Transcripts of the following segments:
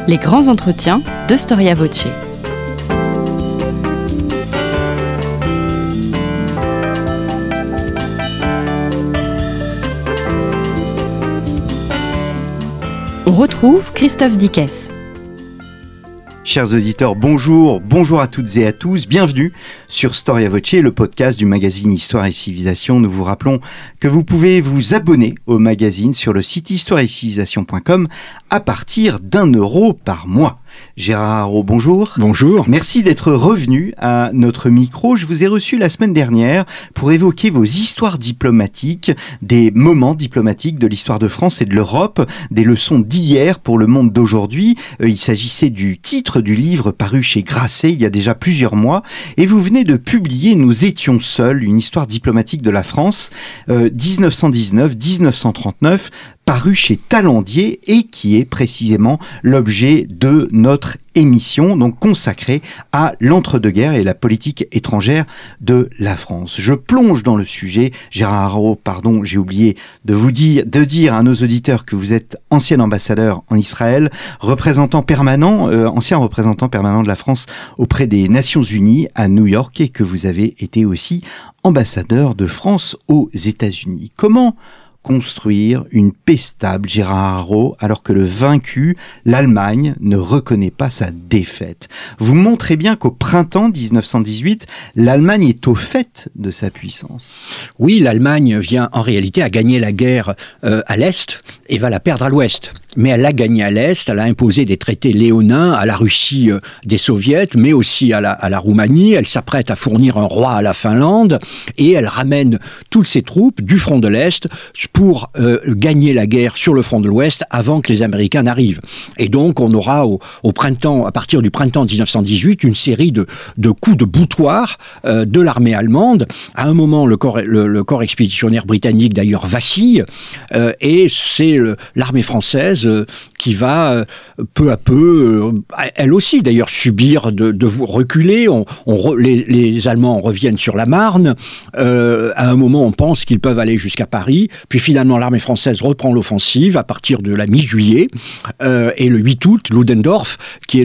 Les grands entretiens de Storia Voce. On retrouve Christophe Dickès. Chers auditeurs, bonjour à toutes et à tous, bienvenue sur Storia Voce, le podcast du magazine Histoire et Civilisation. Nous vous rappelons que vous pouvez vous abonner au magazine sur le site histoireetcivilisation.com à partir d'€1 par mois. Gérard Haro, bonjour. Bonjour. Merci d'être revenu à notre micro. Je vous ai reçu la semaine dernière pour évoquer vos histoires diplomatiques, des moments diplomatiques de l'histoire de France et de l'Europe, des leçons d'hier pour le monde d'aujourd'hui. Il s'agissait du titre du livre paru chez Grasset il y a déjà plusieurs mois. Et vous venez de publier Nous étions seuls, une histoire diplomatique de la France, 1919-1939, paru chez Talandier et qui est précisément l'objet de notre émission, donc consacrée à l'entre-deux-guerres et la politique étrangère de la France. Je plonge dans le sujet. Gérard Haro, pardon, j'ai oublié de dire à nos auditeurs que vous êtes ancien ambassadeur en Israël, ancien représentant permanent de la France auprès des Nations Unies à New York et que vous avez été aussi ambassadeur de France aux États-Unis. Comment construire une paix stable, Gérard Haro, alors que le vaincu, l'Allemagne, ne reconnaît pas sa défaite? Vous montrez bien qu'au printemps 1918, l'Allemagne est au fait de sa puissance. Oui, l'Allemagne vient en réalité à gagner la guerre à l'Est et va la perdre à l'Ouest. Mais elle l'a gagnée à l'Est, elle a imposé des traités léonins à la Russie des Soviets, mais aussi à la Roumanie. Elle s'apprête à fournir un roi à la Finlande et elle ramène toutes ses troupes du front de l'Est pour gagner la guerre sur le front de l'Ouest avant que les Américains n'arrivent. Et donc on aura au printemps, à partir du printemps 1918, une série de coups de boutoir de l'armée allemande. À un moment, le corps expéditionnaire britannique d'ailleurs vacille et c'est l'armée française qui va peu à peu, elle aussi d'ailleurs, subir de reculer. Les Allemands reviennent sur la Marne. À un moment, on pense qu'ils peuvent aller jusqu'à Paris. Puis finalement, l'armée française reprend l'offensive à partir de la mi-juillet. Et le 8 août, Ludendorff, qui est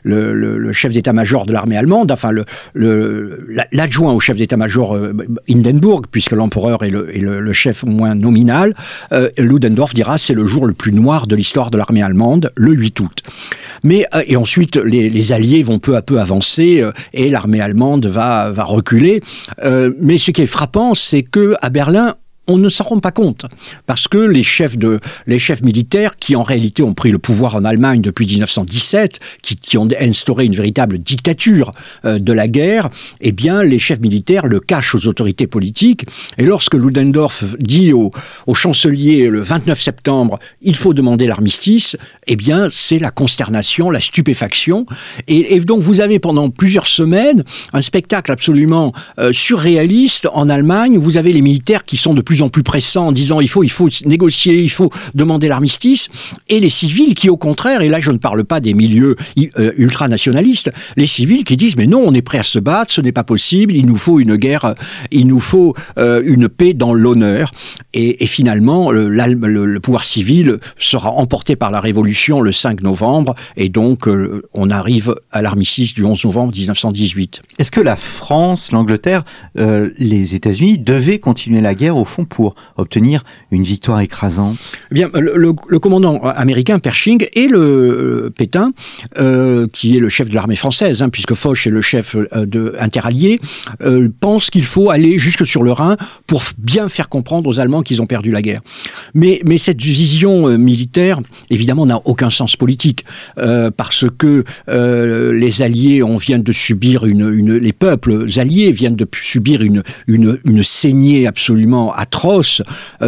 le chef d'état-major de l'armée allemande, enfin l'adjoint au chef d'état-major Hindenburg, puisque l'empereur est le chef au moins nominal, Ludendorff dira c'est le jour le plus noir de l'histoire de l'armée allemande, le 8 août. Mais et ensuite, les Alliés vont peu à peu avancer et l'armée allemande va reculer. Mais ce qui est frappant, c'est que à Berlin, on ne s'en rend pas compte, parce que les chefs militaires, qui en réalité ont pris le pouvoir en Allemagne depuis 1917, qui ont instauré une véritable dictature de la guerre, eh bien, les chefs militaires le cachent aux autorités politiques. Et lorsque Ludendorff dit au chancelier le 29 septembre, il faut demander l'armistice, eh bien, c'est la consternation, la stupéfaction. Et donc, vous avez pendant plusieurs semaines un spectacle absolument surréaliste en Allemagne. Vous avez les militaires qui sont de plus en plus pressants en disant il faut négocier, il faut demander l'armistice, et les civils qui au contraire, et là je ne parle pas des milieux ultranationalistes, les civils qui disent mais non, on est prêt à se battre, ce n'est pas possible, il nous faut une guerre, il nous faut une paix dans l'honneur, et finalement le pouvoir civil sera emporté par la révolution le 5 novembre, et donc on arrive à l'armistice du 11 novembre 1918. Est-ce que la France, l'Angleterre, les États-Unis devaient continuer la guerre au fond pour obtenir une victoire écrasante? Eh bien, le commandant américain Pershing et le Pétain, qui est le chef de l'armée française, puisque Foch est le chef interallié, pensent qu'il faut aller jusque sur le Rhin pour bien faire comprendre aux Allemands qu'ils ont perdu la guerre. Mais cette vision militaire, évidemment, n'a aucun sens politique, parce que les Alliés viennent de subir les peuples alliés viennent de subir une saignée absolument atroce,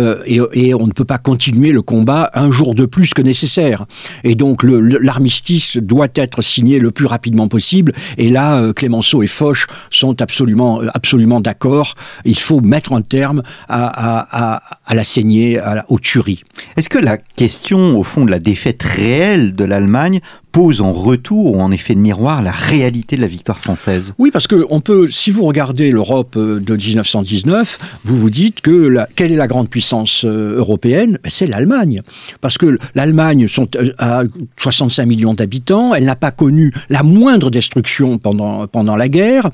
et on ne peut pas continuer le combat un jour de plus que nécessaire. Et donc l'armistice doit être signé le plus rapidement possible, et là Clemenceau et Foch sont absolument d'accord. Il faut mettre un terme à la saignée, aux tueries. Est-ce que la question au fond de la défaite réelle de l'Allemagne pose en retour ou en effet de miroir la réalité de la victoire française. Oui, parce que on peut, si vous regardez l'Europe de 1919, vous vous dites que quelle est la grande puissance européenne ? C'est l'Allemagne. Parce que l'Allemagne a 65 millions d'habitants, elle n'a pas connu la moindre destruction pendant la guerre,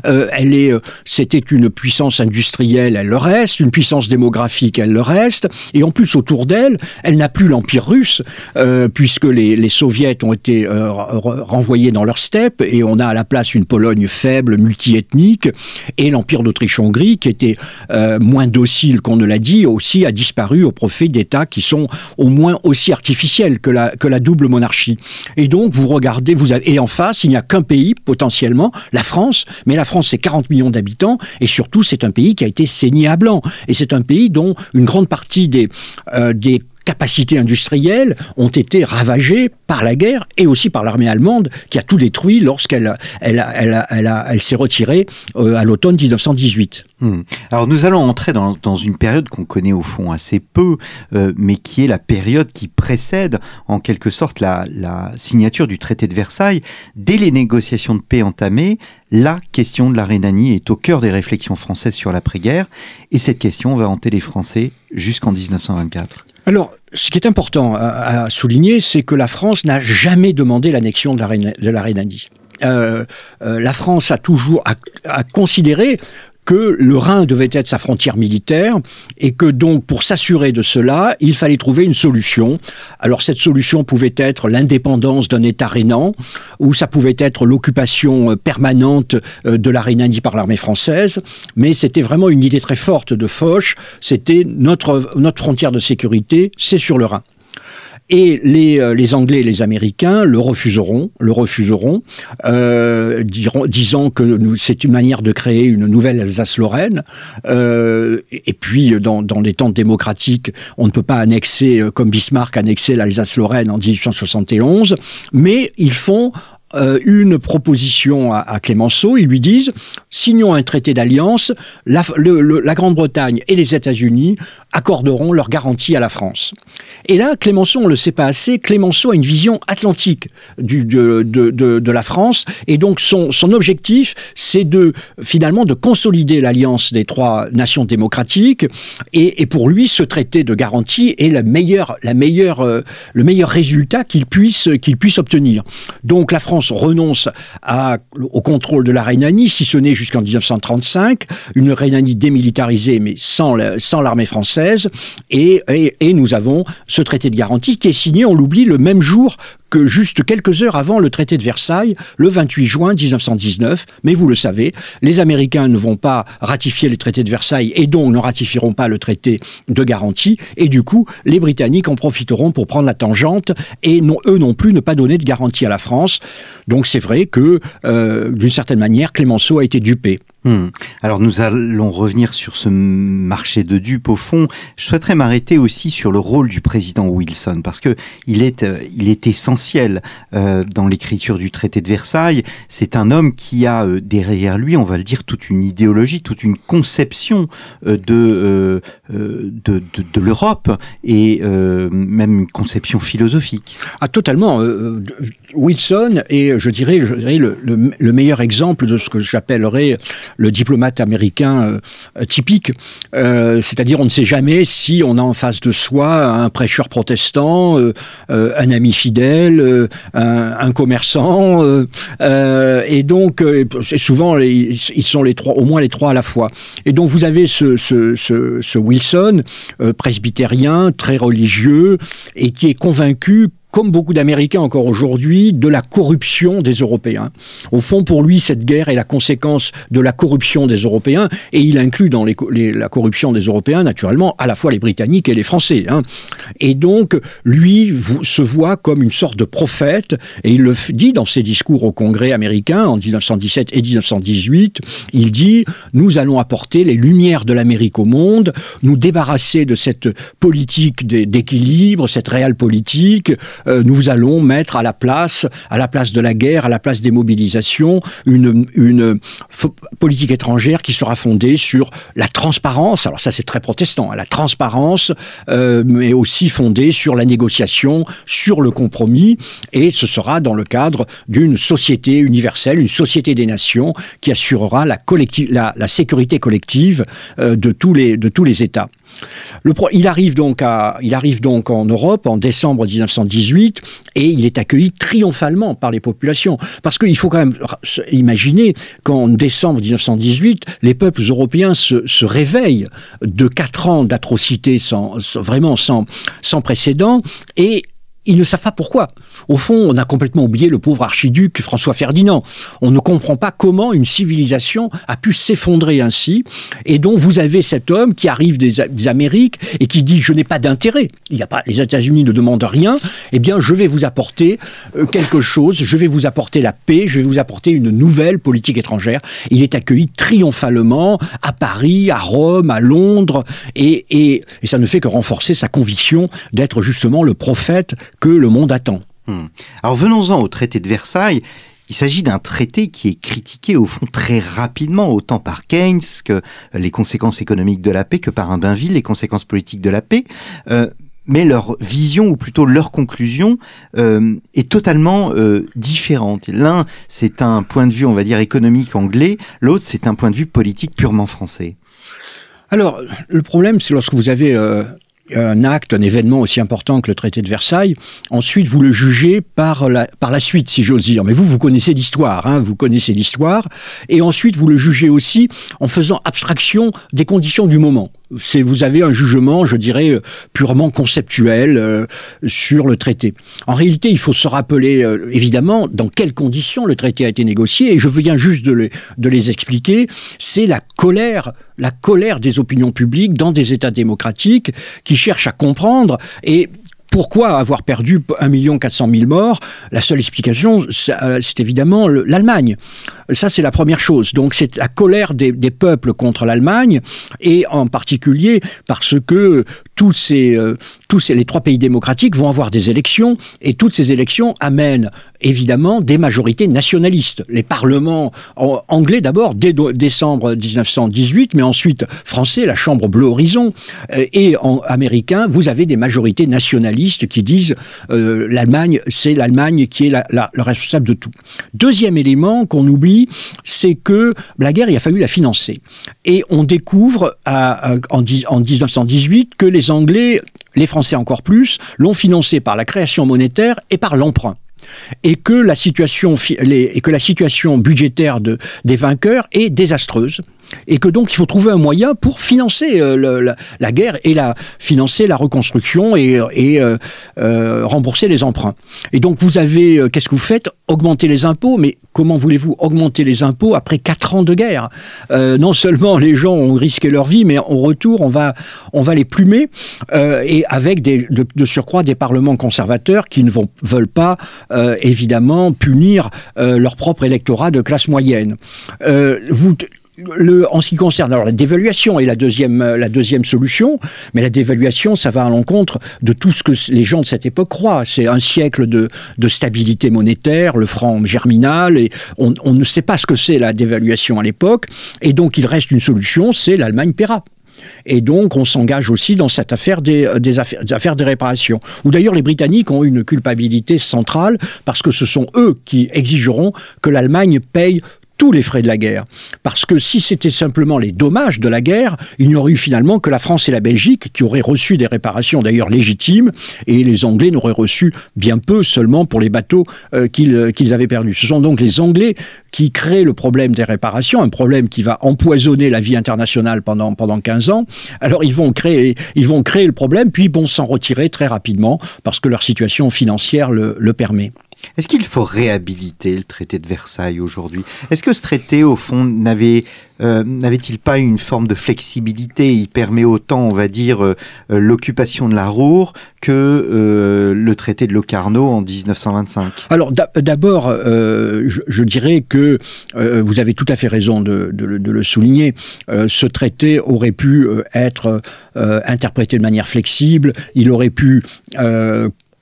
c'était une puissance industrielle, elle le reste, une puissance démographique, elle le reste, et en plus autour d'elle, elle n'a plus l'Empire russe, puisque les soviets ont été renvoyés dans leur steppe, et on a à la place une Pologne faible, multiethnique, et l'Empire d'Autriche-Hongrie, qui était moins docile qu'on ne l'a dit, aussi a disparu au profit d'États qui sont au moins aussi artificiels que la double monarchie. Et donc, vous regardez, et en face, il n'y a qu'un pays, potentiellement, la France, mais la France, c'est 40 millions d'habitants, et surtout, c'est un pays qui a été saigné à blanc. Et c'est un pays dont une grande partie des capacités industrielles ont été ravagées par la guerre et aussi par l'armée allemande qui a tout détruit lorsqu'elle s'est retirée à l'automne 1918. Alors nous allons entrer dans une période qu'on connaît au fond assez peu, mais qui est la période qui précède en quelque sorte la signature du traité de Versailles. Dès les négociations de paix entamées, la question de la Rhénanie est au cœur des réflexions françaises sur l'après-guerre, et cette question va hanter les Français jusqu'en 1924. Alors, ce qui est important à souligner, c'est que la France n'a jamais demandé l'annexion de la Rhénanie. La France a toujours considéré que le Rhin devait être sa frontière militaire et que donc pour s'assurer de cela, il fallait trouver une solution. Alors cette solution pouvait être l'indépendance d'un État rhénan ou ça pouvait être l'occupation permanente de la Rhénanie par l'armée française, mais c'était vraiment une idée très forte de Foch, c'était notre frontière de sécurité, c'est sur le Rhin. Et les Anglais et les Américains le refuseront, disant que c'est une manière de créer une nouvelle Alsace-Lorraine. Et puis, dans les temps démocratiques, on ne peut pas annexer, comme Bismarck annexait l'Alsace-Lorraine en 1871, mais ils font une proposition à Clémenceau. Ils lui disent « Signons un traité d'alliance, la Grande-Bretagne et les États-Unis accorderont leur garantie à la France. » Et là, Clémenceau, on ne le sait pas assez, Clémenceau a une vision atlantique de la France, et donc son objectif, c'est finalement de consolider l'alliance des trois nations démocratiques, et pour lui, ce traité de garantie est le meilleur résultat qu'il puisse obtenir. Donc la France renonce au contrôle de la Rhénanie, si ce n'est jusqu'en 1935, une Rhénanie démilitarisée, mais sans l'armée française, et nous avons ce traité de garantie qui est signé, on l'oublie, le même jour que juste quelques heures avant le traité de Versailles, le 28 juin 1919. Mais vous le savez, les Américains ne vont pas ratifier les traités de Versailles et donc ne ratifieront pas le traité de garantie. Et du coup, les Britanniques en profiteront pour prendre la tangente et eux non plus ne pas donner de garantie à la France. Donc c'est vrai que, d'une certaine manière, Clémenceau a été dupé. Alors nous allons revenir sur ce marché de dupes au fond. Je souhaiterais m'arrêter aussi sur le rôle du président Wilson parce que il est essentiel dans l'écriture du traité de Versailles. C'est un homme qui a derrière lui, on va le dire, toute une idéologie, toute une conception de l'Europe et même une conception philosophique. Ah, totalement. Wilson est, je dirais le meilleur exemple de ce que j'appellerais le diplomate américain typique. C'est-à-dire, on ne sait jamais si on a en face de soi un prêcheur protestant, un ami fidèle, un commerçant, et donc souvent ils sont les trois, au moins les trois à la fois. Et donc vous avez ce Wilson, presbytérien, très religieux, et qui est convaincu, comme beaucoup d'Américains encore aujourd'hui, de la corruption des Européens. Au fond, pour lui, cette guerre est la conséquence de la corruption des Européens, et il inclut dans la corruption des Européens, naturellement, à la fois les Britanniques et les Français. Et donc, lui se voit comme une sorte de prophète, et il le dit dans ses discours au Congrès américain, en 1917 et 1918, il dit « Nous allons apporter les lumières de l'Amérique au monde, nous débarrasser de cette politique d'équilibre, cette réelle politique, nous allons mettre à la place de la guerre, à la place des mobilisations, une politique étrangère qui sera fondée sur la transparence. Alors ça, c'est très protestant, hein, la transparence, mais aussi fondée sur la négociation, sur le compromis, et ce sera dans le cadre d'une société universelle, une société des nations qui assurera la sécurité collective de tous les États. Il arrive donc en Europe en décembre 1918 et il est accueilli triomphalement par les populations. Parce qu'il faut quand même imaginer qu'en décembre 1918, les peuples européens se réveillent de 4 ans d'atrocités sans précédent et ils ne savent pas pourquoi. Au fond, on a complètement oublié le pauvre archiduc François Ferdinand. On ne comprend pas comment une civilisation a pu s'effondrer ainsi. Et donc, vous avez cet homme qui arrive des Amériques et qui dit « je n'ai pas d'intérêt ». Les États-Unis ne demandent rien. Eh bien, je vais vous apporter quelque chose. Je vais vous apporter la paix. Je vais vous apporter une nouvelle politique étrangère. Il est accueilli triomphalement à Paris, à Rome, à Londres. Et ça ne fait que renforcer sa conviction d'être justement le prophète que le monde attend. Alors venons-en au traité de Versailles. Il s'agit d'un traité qui est critiqué au fond très rapidement, autant par Keynes que les conséquences économiques de la paix, que par Bainville, les conséquences politiques de la paix. Mais leur vision, ou plutôt leur conclusion, est totalement différente. L'un, c'est un point de vue, on va dire, économique anglais. L'autre, c'est un point de vue politique purement français. Alors, le problème, c'est lorsque vous avez un événement aussi important que le traité de Versailles, ensuite vous le jugez par la suite, si j'ose dire. Mais vous connaissez l'histoire, hein, et ensuite vous le jugez aussi en faisant abstraction des conditions du moment. Vous avez un jugement, je dirais, purement conceptuel sur le traité. En réalité, il faut se rappeler, évidemment, dans quelles conditions le traité a été négocié, et je viens juste de les expliquer. C'est la colère des opinions publiques dans des États démocratiques qui cherchent à comprendre. Et pourquoi avoir perdu 1 400 000 morts? La seule explication, c'est évidemment l'Allemagne. Ça, c'est la première chose. Donc, c'est la colère des peuples contre l'Allemagne, et en particulier parce que les 3 pays démocratiques vont avoir des élections, et toutes ces élections amènent évidemment des majorités nationalistes. Les parlements anglais d'abord, dès décembre 1918, mais ensuite français, la Chambre Bleu Horizon, et américain, vous avez des majorités nationalistes qui disent l'Allemagne, c'est l'Allemagne qui est le responsable de tout. Deuxième élément qu'on oublie, c'est que la guerre, il a fallu la financer. Et on découvre en 1918 que les Anglais, les Français encore plus, l'ont financée par la création monétaire et par l'emprunt. Et que la situation budgétaire des vainqueurs est désastreuse. Et que donc il faut trouver un moyen pour financer la guerre et financer la reconstruction et rembourser les emprunts. Et donc vous avez, qu'est-ce que vous faites? Augmenter les impôts, mais comment voulez-vous augmenter les impôts après 4 ans de guerre? Non seulement les gens ont risqué leur vie, mais au retour on va les plumer, et avec de surcroît des parlements conservateurs qui ne veulent pas évidemment punir leur propre électorat de classe moyenne. En ce qui concerne alors la dévaluation est la deuxième solution, mais la dévaluation, ça va à l'encontre de tout ce que les gens de cette époque croient. C'est un siècle de stabilité monétaire, le franc germinal, et on ne sait pas ce que c'est la dévaluation à l'époque, et donc il reste une solution, c'est l'Allemagne paiera. Et donc, on s'engage aussi dans cette affaire des affaires des réparations. Où d'ailleurs, les Britanniques ont une culpabilité centrale, parce que ce sont eux qui exigeront que l'Allemagne paye tous les frais de la guerre. Parce que si c'était simplement les dommages de la guerre, il n'y aurait eu finalement que la France et la Belgique qui auraient reçu des réparations d'ailleurs légitimes, et les Anglais n'auraient reçu bien peu seulement pour les bateaux qu'ils avaient perdus. Ce sont donc les Anglais qui créent le problème des réparations, un problème qui va empoisonner la vie internationale pendant 15 ans. Alors ils vont créer le problème, puis s'en retirer très rapidement parce que leur situation financière le permet. Est-ce qu'il faut réhabiliter le traité de Versailles aujourd'hui? Est-ce que ce traité, au fond, n'avait-il pas une forme de flexibilité? Il permet autant, on va dire, l'occupation de la Ruhr que le traité de Locarno en 1925. Alors d'abord, je dirais que vous avez tout à fait raison de le souligner. Ce traité aurait pu être interprété de manière flexible. Il aurait pu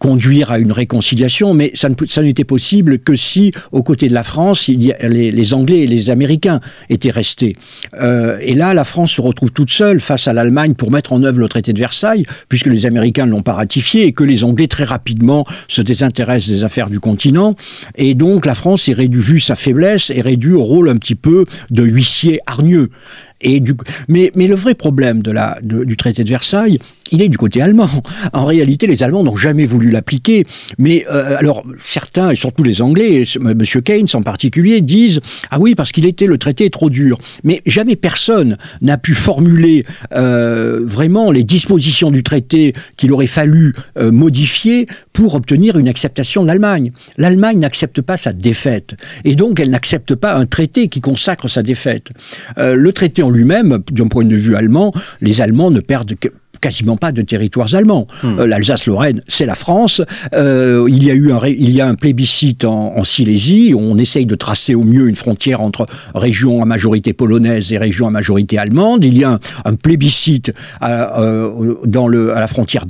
conduire à une réconciliation, mais ça n'était possible que si, aux côtés de la France, les Anglais et les Américains étaient restés. Et là, la France se retrouve toute seule face à l'Allemagne pour mettre en œuvre le traité de Versailles, puisque les Américains ne l'ont pas ratifié et que les Anglais, très rapidement, se désintéressent des affaires du continent. Et donc, la France, vu sa faiblesse, est réduite au rôle un petit peu de huissier hargneux. Mais le vrai problème du traité de Versailles, il est du côté allemand. En réalité, les Allemands n'ont jamais voulu l'appliquer. Mais alors, certains, et surtout les Anglais, M. Keynes en particulier, disent « Ah oui, parce le traité est trop dur ». Mais jamais personne n'a pu formuler vraiment les dispositions du traité qu'il aurait fallu modifier pour obtenir une acceptation de l'Allemagne. L'Allemagne n'accepte pas sa défaite. Et donc, elle n'accepte pas un traité qui consacre sa défaite. Le traité en lui-même, d'un point de vue allemand, les Allemands ne perdent quasiment pas de territoires allemands. L'Alsace-Lorraine, c'est la France. Il y a un plébiscite en Silésie. On essaye de tracer au mieux une frontière entre régions à majorité polonaise et régions à majorité allemande. Il y a un plébiscite à la frontière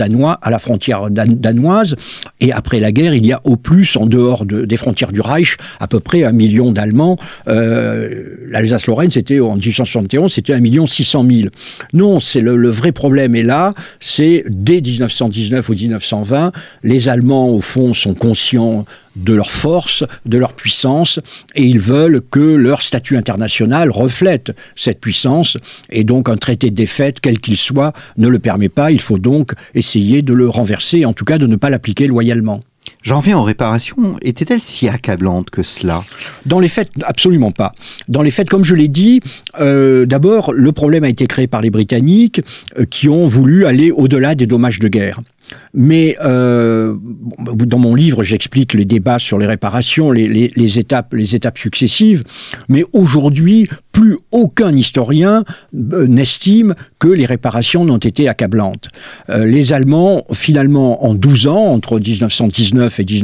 danoise. Et après la guerre, il y a au plus, en dehors des frontières du Reich, à peu près 1 million d'Allemands. L'Alsace-Lorraine, en 1871, c'était 1 600 000. Non, c'est le vrai problème est là. C'est dès 1919 ou 1920, les Allemands, au fond, sont conscients de leur force, de leur puissance, et ils veulent que leur statut international reflète cette puissance, et donc un traité de défaite, quel qu'il soit, ne le permet pas. Il faut donc essayer de le renverser, en tout cas de ne pas l'appliquer loyalement. J'en viens aux réparations. Était-elle si accablante que cela ? Dans les faits, absolument pas. Dans les faits, comme je l'ai dit, d'abord, le problème a été créé par les Britanniques qui ont voulu aller au-delà des dommages de guerre. Mais dans mon livre, j'explique les débats sur les réparations, les étapes successives. Mais aujourd'hui, plus aucun historien n'estime que les réparations n'ont été accablantes. Les Allemands, finalement, en 12 ans, entre 1919 et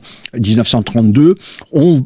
1932, ont,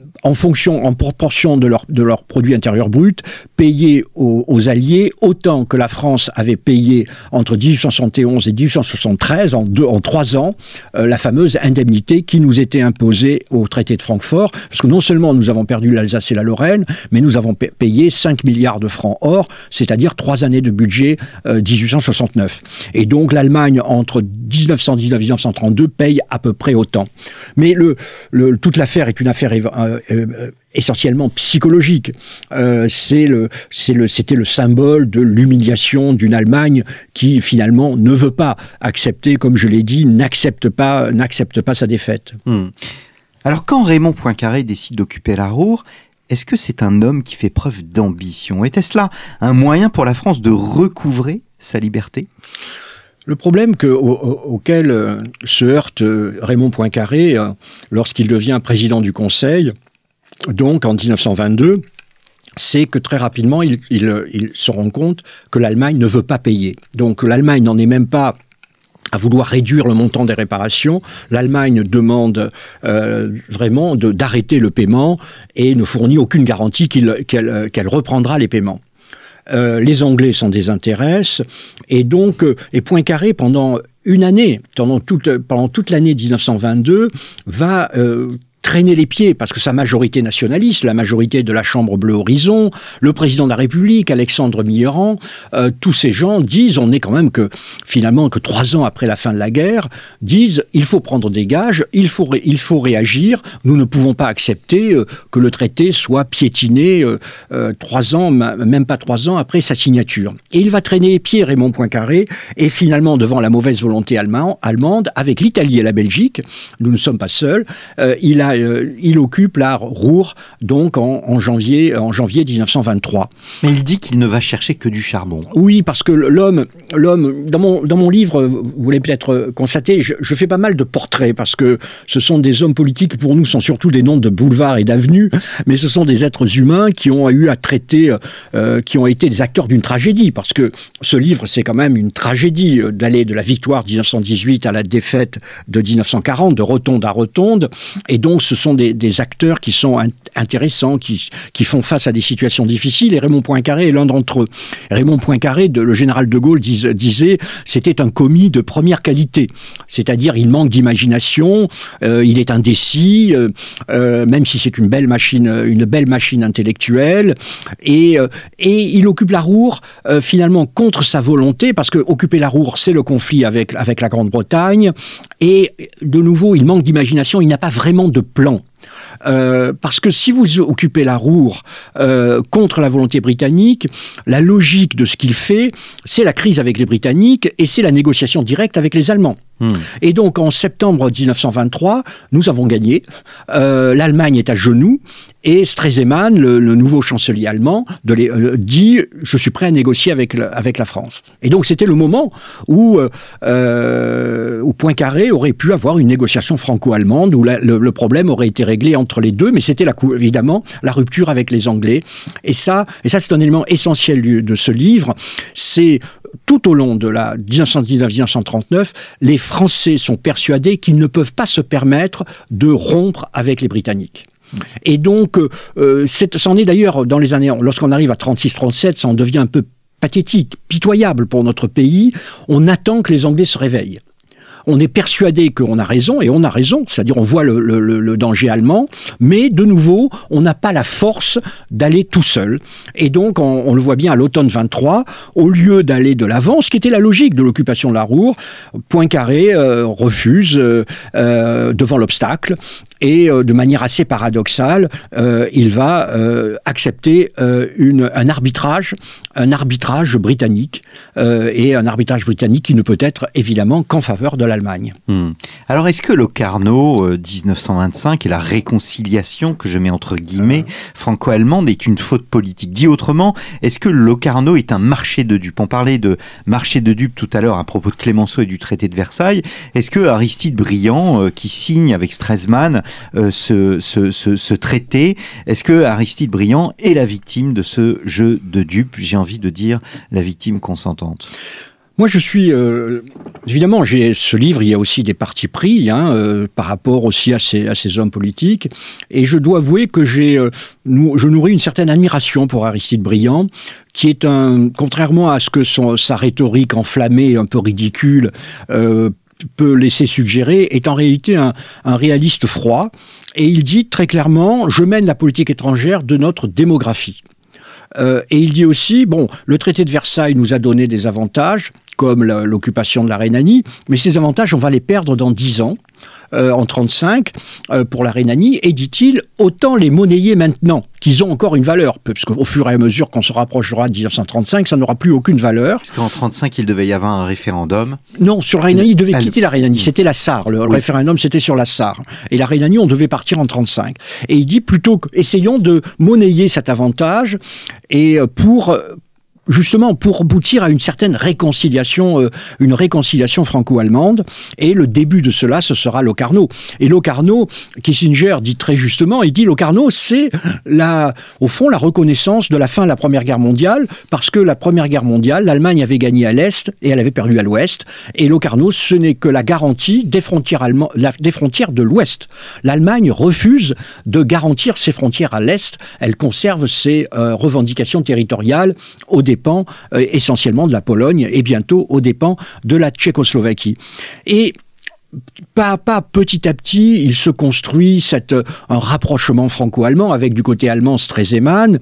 en proportion de leur produit intérieur brut, payé aux Alliés autant que la France avait payé entre 1871 et 1873, en 3 ans, la fameuse indemnité qui nous était imposée au traité de Francfort, parce que non seulement nous avons perdu l'Alsace et la Lorraine, mais nous avons payé 5 milliards de francs or, c'est-à-dire 3 années de budget 1869. Et donc l'Allemagne, entre 1919 et 1932, paye à peu près autant. Mais toute l'affaire est une affaire essentiellement psychologique. C'était le symbole de l'humiliation d'une Allemagne qui finalement ne veut pas accepter, comme je l'ai dit, n'accepte pas sa défaite. Alors quand Raymond Poincaré décide d'occuper la Ruhr, est-ce que c'est un homme qui fait preuve d'ambition ? Était-ce là un moyen pour la France de recouvrer sa liberté ? Le problème auquel se heurte Raymond Poincaré lorsqu'il devient président du Conseil, donc en 1922, c'est que très rapidement, il se rend compte que l'Allemagne ne veut pas payer. Donc l'Allemagne n'en est même pas à vouloir réduire le montant des réparations. L'Allemagne demande vraiment d'arrêter le paiement et ne fournit aucune garantie qu'elle reprendra les paiements. Les Anglais s'en désintéressent et Poincaré pendant une année, pendant toute l'année 1922, va traîner les pieds, parce que sa majorité nationaliste, la majorité de la Chambre Bleu Horizon, le président de la République, Alexandre Mitterrand, tous ces gens disent, on est quand même finalement 3 ans après la fin de la guerre, disent, il faut prendre des gages, il faut réagir, nous ne pouvons pas accepter que le traité soit piétiné 3 ans, même pas 3 ans après sa signature. Et il va traîner les pieds, Raymond Poincaré, et finalement, devant la mauvaise volonté allemande, avec l'Italie et la Belgique, nous ne sommes pas seuls, il occupe la Ruhr donc en janvier 1923. Mais il dit qu'il ne va chercher que du charbon. Oui, parce que l'homme, dans mon livre, vous l'avez peut-être constaté, je fais pas mal de portraits, parce que ce sont des hommes politiques qui pour nous sont surtout des noms de boulevards et d'avenues, mais ce sont des êtres humains qui ont eu à traiter, qui ont été des acteurs d'une tragédie, parce que ce livre, c'est quand même une tragédie d'aller de la victoire de 1918 à la défaite de 1940, de rotonde à rotonde, et donc ce sont des acteurs qui sont intéressants, qui font face à des situations difficiles, et Raymond Poincaré est l'un d'entre eux. Raymond Poincaré, le général de Gaulle disait, c'était un commis de première qualité, c'est-à-dire il manque d'imagination, il est indécis, même si c'est une belle machine intellectuelle, et il occupe la Roure finalement contre sa volonté, parce que occuper la Roure, c'est le conflit avec la Grande-Bretagne, et de nouveau, il manque d'imagination, il n'a pas vraiment de plan. Parce que si vous occupez la Roure contre la volonté britannique, la logique de ce qu'il fait, c'est la crise avec les Britanniques et c'est la négociation directe avec les Allemands. Et donc en septembre 1923, nous avons gagné, l'Allemagne est à genoux, et Stresemann, le nouveau chancelier allemand, dit « je suis prêt à négocier avec la France ». Et donc c'était le moment où Poincaré aurait pu avoir une négociation franco-allemande, où le problème aurait été réglé entre les deux, mais c'était évidemment la rupture avec les Anglais. Et ça c'est un élément essentiel de ce livre, c'est tout au long de la 1919-1939, les Français sont persuadés qu'ils ne peuvent pas se permettre de rompre avec les Britanniques. Et donc, ça en est d'ailleurs dans les années, lorsqu'on arrive à 36-37, ça en devient un peu pathétique, pitoyable pour notre pays. On attend que les Anglais se réveillent. On est persuadé qu'on a raison, et on a raison, c'est-à-dire on voit le danger allemand, mais de nouveau, on n'a pas la force d'aller tout seul. Et donc, on le voit bien à l'automne 23, au lieu d'aller de l'avant, ce qui était la logique de l'occupation de la Roure, Poincaré refuse devant l'obstacle, et de manière assez paradoxale, il va accepter un arbitrage britannique, et un arbitrage britannique qui ne peut être évidemment qu'en faveur de l'Allemagne. Alors est-ce que Locarno 1925 et la réconciliation, que je mets entre guillemets, franco-allemande, est une faute politique? Dit autrement, est-ce que Locarno est un marché de dupes? On parlait de marché de dupes tout à l'heure à propos de Clémenceau et du traité de Versailles. Est-ce que Aristide Briand, qui signe avec Stresemann ce traité, est-ce que Aristide Briand est la victime de ce jeu de dupes? J'ai envie de dire la victime consentante. Moi, je suis... évidemment, ce livre, il y a aussi des partis pris, par rapport aussi à ces hommes politiques. Et je dois avouer que je nourris une certaine admiration pour Aristide Briand, qui est contrairement à ce que sa rhétorique enflammée, un peu ridicule, peut laisser suggérer, est en réalité un réaliste froid. Et il dit très clairement, je mène la politique étrangère de notre démographie. Et il dit aussi, le traité de Versailles nous a donné des avantages, comme l'occupation de la Rhénanie, mais ces avantages, on va les perdre dans 10 ans, en 1935, pour la Rhénanie, et dit-il, autant les monnayer maintenant, qu'ils ont encore une valeur, parce qu'au fur et à mesure qu'on se rapprochera de 1935, ça n'aura plus aucune valeur. Parce qu'en 1935, il devait y avoir un référendum. Non, sur la Rhénanie, il devait quitter la Rhénanie, c'était la Sarre, le référendum c'était sur la Sarre, et la Rhénanie, on devait partir en 1935. Et il dit plutôt, essayons de monnayer cet avantage, et justement pour aboutir à une certaine réconciliation, une réconciliation franco-allemande, et le début de cela, ce sera Locarno. Et Locarno, Kissinger dit très justement, il dit Locarno, c'est au fond la reconnaissance de la fin de la Première Guerre mondiale, parce que la Première Guerre mondiale, l'Allemagne avait gagné à l'Est et elle avait perdu à l'Ouest, et Locarno, ce n'est que la garantie des frontières de l'Ouest. L'Allemagne refuse de garantir ses frontières à l'Est, elle conserve ses revendications territoriales aux dépens essentiellement de la Pologne et bientôt aux dépens de la Tchécoslovaquie. Et pas à pas, petit à petit, il se construit un rapprochement franco-allemand avec du côté allemand Stresemann.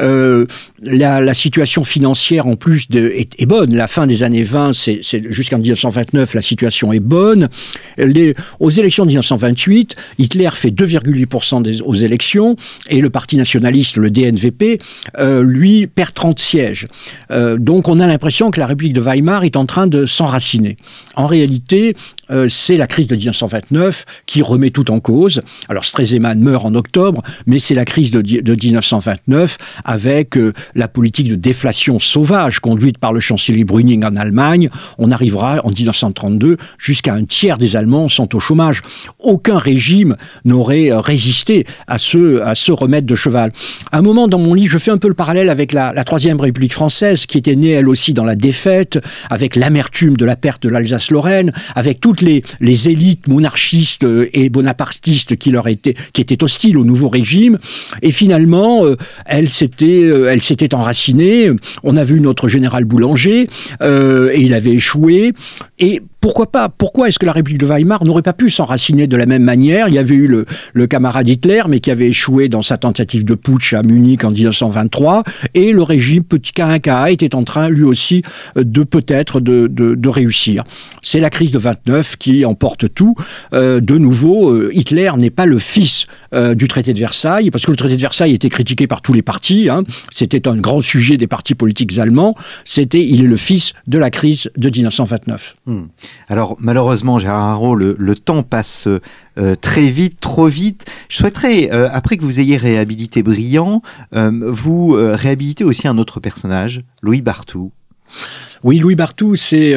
La situation financière en plus est bonne. La fin des années 20, c'est jusqu'en 1929, la situation est bonne. Aux élections de 1928, Hitler fait 2,8% aux élections et le parti nationaliste, le DNVP, lui perd 30 sièges. Donc on a l'impression que la République de Weimar est en train de s'enraciner. En réalité, c'est la crise de 1929 qui remet tout en cause. Alors Stresemann meurt en octobre, mais c'est la crise de 1929 avec la politique de déflation sauvage conduite par le chancelier Brüning en Allemagne. On arrivera en 1932 jusqu'à un tiers des Allemands sont au chômage. Aucun régime n'aurait résisté à ce remède de cheval. À un moment dans mon livre, je fais un peu le parallèle avec la Troisième République française qui était née elle aussi dans la défaite, avec l'amertume de la perte de l'Alsace-Lorraine, avec toutes les les élites monarchistes et bonapartistes qui étaient hostiles au nouveau régime. Et finalement, elle s'était enracinée. On a vu notre général Boulanger, et il avait échoué. Et pourquoi pas ? Pourquoi est-ce que la République de Weimar n'aurait pas pu s'enraciner de la même manière ? Il y avait eu le camarade Hitler, mais qui avait échoué dans sa tentative de putsch à Munich en 1923, et le régime petit KKA était en train, lui aussi, de réussir. C'est la crise de 29 qui emporte tout. De nouveau, Hitler n'est pas le fils du traité de Versailles, parce que le traité de Versailles était critiqué par tous les partis. C'était un grand sujet des partis politiques allemands. Il est le fils de la crise de 1929. Alors malheureusement, Gérard Haro, le temps passe très vite, trop vite. Je souhaiterais, après que vous ayez réhabilité Briand, vous réhabiliter aussi un autre personnage, Louis Barthou. Oui, Louis Barthou, c'est...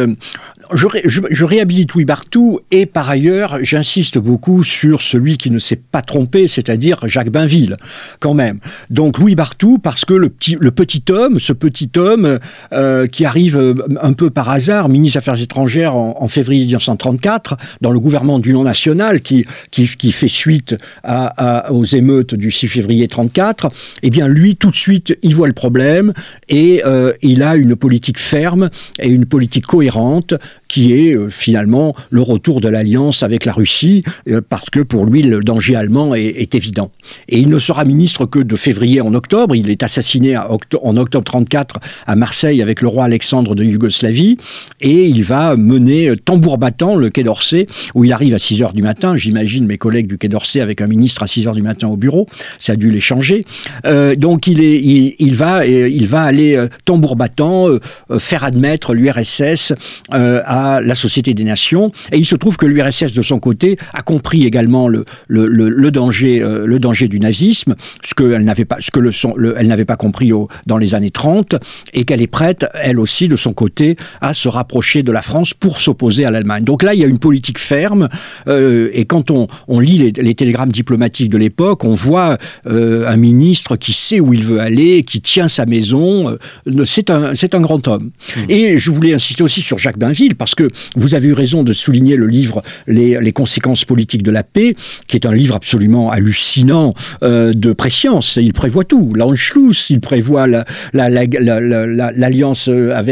Je réhabilite Louis Barthou et par ailleurs, j'insiste beaucoup sur celui qui ne s'est pas trompé, c'est-à-dire Jacques Bainville, quand même. Donc Louis Barthou, parce que ce petit homme qui arrive un peu par hasard, ministre des Affaires étrangères en février 1934, dans le gouvernement d'Union nationale qui fait suite aux émeutes du 6 février 1934, eh bien lui, tout de suite, il voit le problème et il a une politique ferme et une politique cohérente qui est finalement le retour de l'alliance avec la Russie, parce que pour lui, le danger allemand est évident. Et il ne sera ministre que de février en octobre. Il est assassiné en octobre 1934 à Marseille avec le roi Alexandre de Yougoslavie, et il va mener tambour battant le Quai d'Orsay, où il arrive à 6h du matin. J'imagine mes collègues du Quai d'Orsay avec un ministre à 6h du matin au bureau. Ça a dû les changer. Donc il va aller tambour battant, faire admettre l'URSS à la Société des Nations, et il se trouve que l'URSS de son côté a compris également le danger du nazisme, elle n'avait pas compris dans les années 30, et qu'elle est prête elle aussi de son côté à se rapprocher de la France pour s'opposer à l'Allemagne. Donc là il y a une politique ferme, et quand on lit les télégrammes diplomatiques de l'époque, on voit un ministre qui sait où il veut aller, qui tient sa maison. C'est un grand homme. Et je voulais insister aussi sur Jacques Bainville, parce que vous avez eu raison de souligner le livre Les conséquences politiques de la paix, qui est un livre absolument hallucinant de prescience. Il prévoit tout. L'Anschluss, il prévoit l'alliance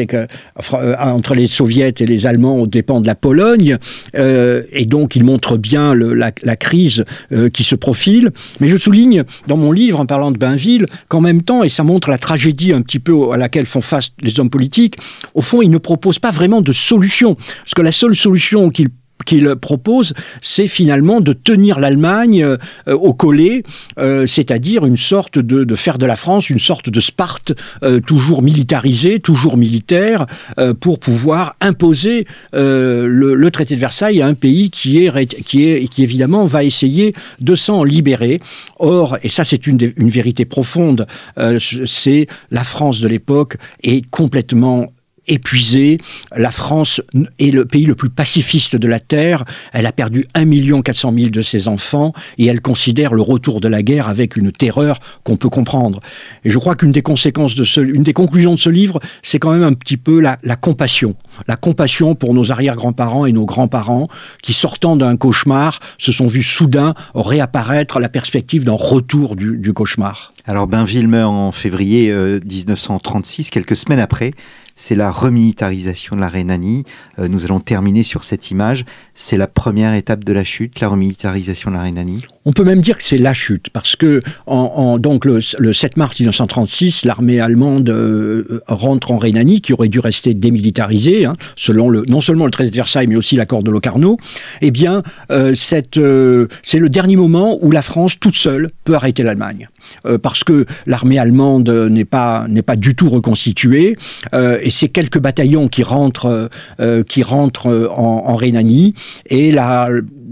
entre les soviets et les Allemands aux dépens de la Pologne, et donc il montre bien la crise qui se profile. Mais je souligne dans mon livre, en parlant de Bainville, qu'en même temps, et ça montre la tragédie un petit peu à laquelle font face les hommes politiques, au fond, il ne propose pas vraiment de solution. Parce que la seule solution qu'il propose, c'est finalement de tenir l'Allemagne au collet, c'est-à-dire une sorte de faire de la France une sorte de Sparte, toujours militarisée, toujours militaire, pour pouvoir imposer le traité de Versailles à un pays qui évidemment va essayer de s'en libérer. Or, et ça c'est une vérité profonde, c'est la France de l'époque est complètement épuisée. La France est le pays le plus pacifiste de la Terre. Elle a perdu 1 400 000 de ses enfants et elle considère le retour de la guerre avec une terreur qu'on peut comprendre. Et je crois qu'une des conclusions de ce livre, c'est quand même un petit peu la compassion. La compassion pour nos arrière-grands-parents et nos grands-parents qui, sortant d'un cauchemar, se sont vus soudain réapparaître la perspective d'un retour du cauchemar. Alors Bainville meurt en février 1936, quelques semaines après. C'est la remilitarisation de la Rhénanie. Nous allons terminer sur cette image. C'est la première étape de la chute, la remilitarisation de la Rhénanie. On peut même dire que c'est la chute, parce que donc le 7 mars 1936, l'armée allemande rentre en Rhénanie, qui aurait dû rester démilitarisée, selon non seulement le traité de Versailles, mais aussi l'accord de Locarno. Eh bien, c'est le dernier moment où la France, toute seule, peut arrêter l'Allemagne. Parce que l'armée allemande n'est pas du tout reconstituée, et c'est quelques bataillons qui rentrent en Rhénanie, et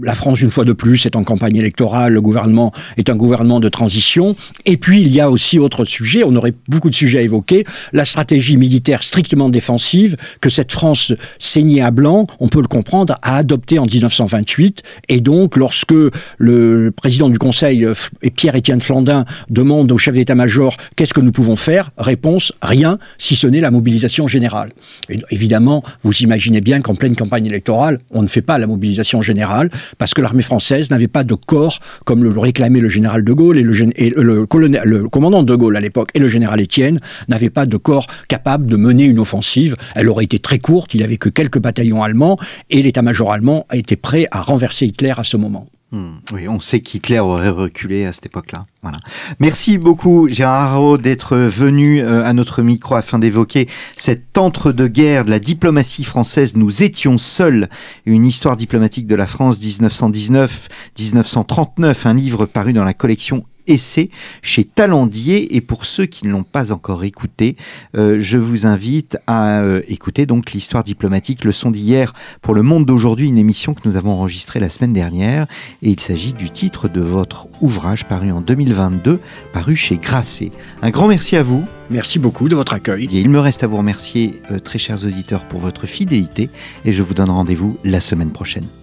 la France, une fois de plus, est en campagne électorale, le gouvernement est un gouvernement de transition. Et puis, il y a aussi autre sujet, on aurait beaucoup de sujets à évoquer, la stratégie militaire strictement défensive que cette France saignée à blanc, on peut le comprendre, a adoptée en 1928. Et donc, lorsque le président du Conseil, Pierre-Étienne Flandin, demande au chef d'état-major « Qu'est-ce que nous pouvons faire ?» Réponse « Rien, si ce n'est la mobilisation générale. » Évidemment, vous imaginez bien qu'en pleine campagne électorale, on ne fait pas la mobilisation générale parce que l'armée française n'avait pas de corps comme le réclamait le général de Gaulle et le commandant de Gaulle à l'époque et le général Étienne n'avaient pas de corps capable de mener une offensive. Elle aurait été très courte, il n'y avait que quelques bataillons allemands et l'état-major allemand a été prêt à renverser Hitler à ce moment. Oui, on sait qu'Hitler aurait reculé à cette époque-là. Voilà. Merci beaucoup Gérard Araud d'être venu à notre micro afin d'évoquer cet entre-deux-guerres de la diplomatie française. Nous étions seuls. Une histoire diplomatique de la France 1919-1939, un livre paru dans la collection Essai chez Talandier. Et pour ceux qui ne l'ont pas encore écouté, je vous invite à écouter donc l'histoire diplomatique, leçon d'hier pour le monde d'aujourd'hui, une émission que nous avons enregistrée la semaine dernière. Et il s'agit du titre de votre ouvrage paru en 2022, paru chez Grasset. Un grand merci à vous. Merci beaucoup de votre accueil. Et il me reste à vous remercier, très chers auditeurs, pour votre fidélité. Et je vous donne rendez-vous la semaine prochaine.